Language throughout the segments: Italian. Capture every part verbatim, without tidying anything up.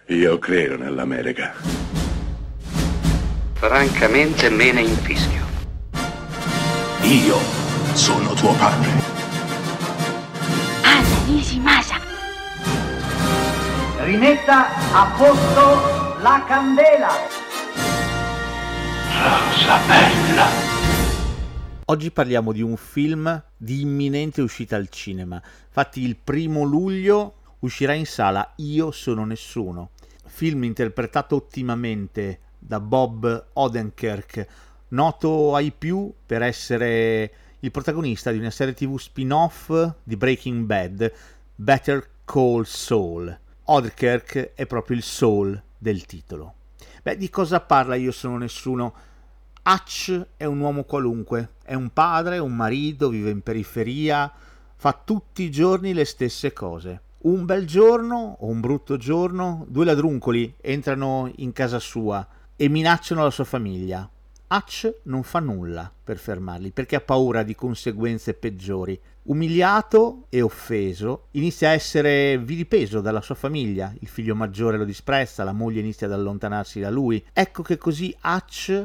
Io credo nell'America. Francamente me ne infischio. Io sono tuo padre. Anna Nishimasa. Rimetta a posto la candela. Rosa bella. Oggi parliamo di un film di imminente uscita al cinema. Infatti il primo luglio uscirà in sala Io sono nessuno, film interpretato ottimamente da Bob Odenkirk, noto ai più per essere il protagonista di una serie tv spin-off di Breaking Bad, Better Call Saul. Odenkirk è proprio il Saul del titolo. Beh, di cosa parla Io sono nessuno? Hutch è un uomo qualunque, è un padre, un marito, vive in periferia, fa tutti i giorni le stesse cose. Un bel giorno o un brutto giorno, due ladruncoli entrano in casa sua e minacciano la sua famiglia. Hutch non fa nulla per fermarli perché ha paura di conseguenze peggiori. Umiliato e offeso, inizia a essere vilipeso dalla sua famiglia. Il figlio maggiore lo disprezza, la moglie inizia ad allontanarsi da lui. Ecco che così Hutch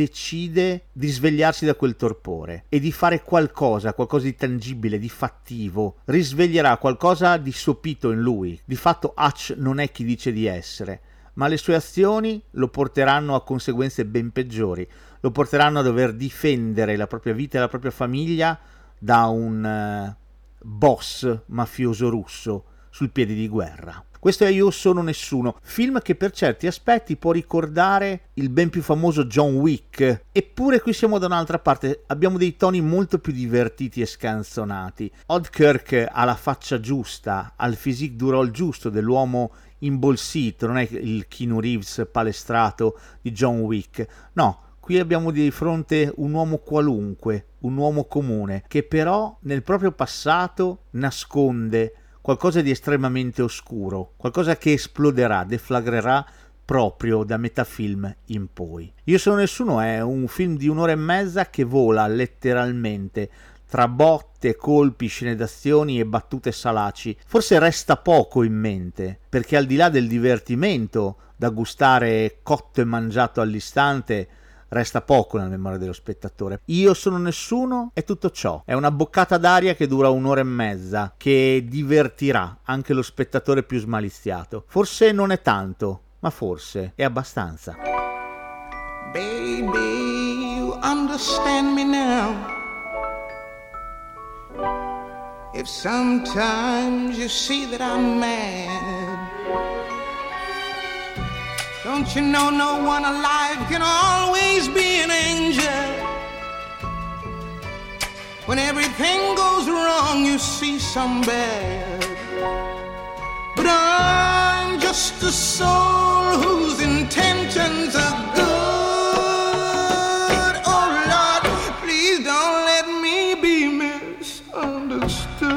decide di svegliarsi da quel torpore e di fare qualcosa, qualcosa di tangibile, di fattivo. Risveglierà qualcosa di sopito in lui. Di fatto Hutch non è chi dice di essere, ma le sue azioni lo porteranno a conseguenze ben peggiori. Lo porteranno a dover difendere la propria vita e la propria famiglia da un uh, boss mafioso russo sul piede di guerra. Questo è Io sono nessuno, film che per certi aspetti può ricordare il ben più famoso John Wick, eppure qui siamo da un'altra parte, abbiamo dei toni molto più divertiti e scanzonati. Odenkirk ha la faccia giusta, ha il physique du rôle giusto dell'uomo imbolsito, non è il Keanu Reeves palestrato di John Wick, no. Qui abbiamo di fronte un uomo qualunque, un uomo comune, che però nel proprio passato nasconde qualcosa di estremamente oscuro, qualcosa che esploderà, deflagrerà proprio da metà film in poi. Io sono nessuno è un film di un'ora e mezza che vola letteralmente tra botte, colpi, scene d'azioni e battute salaci. Forse resta poco in mente, perché al di là del divertimento da gustare cotto e mangiato all'istante, resta poco nella memoria dello spettatore. Io sono nessuno è tutto ciò, è una boccata d'aria che dura un'ora e mezza, che divertirà anche lo spettatore più smaliziato. Forse non è tanto, ma forse è abbastanza. Baby, you understand me now. If sometimes you see that I'm mad, don't you know no one alive can always be an angel? When everything goes wrong, you see some bad. But I'm just a soul whose intentions are good. Oh Lord, please don't let me be misunderstood.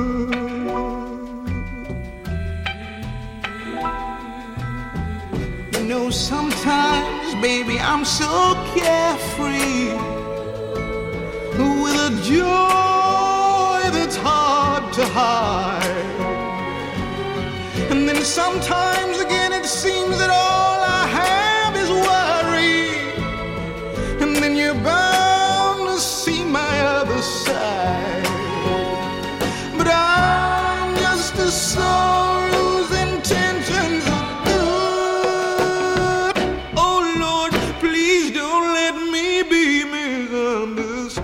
You know, sometimes, baby, I'm so carefree, with a joy that's hard to hide. And then sometimes again it seems that all I have is worry. And then you're bound to see my other side. But I'm just a soul whose intentions are good. Oh Lord, please don't let me be misunderstood.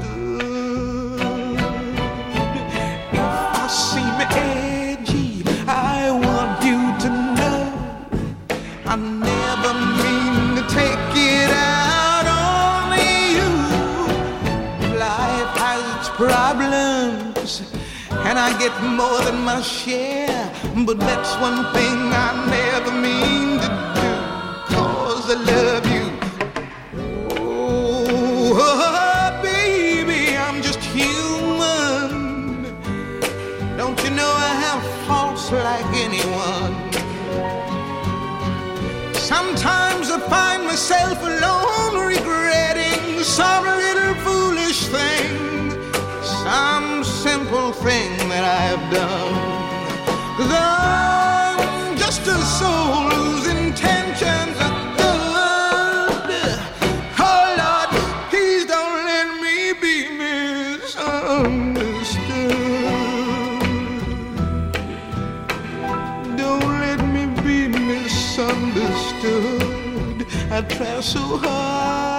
If I seem edgy, I want you to know I never mean to take it out on you. Life has its problems, and I get more than my share. But that's one thing I never mean to do, 'cause I love you. Oh, baby, I'm just human. Don't you know I have faults like anyone? Sometimes I find myself alone regretting some little foolish thing, some simple thing that I've done. 'Cause I'm just a soul understood. Don't let me be misunderstood. I try so hard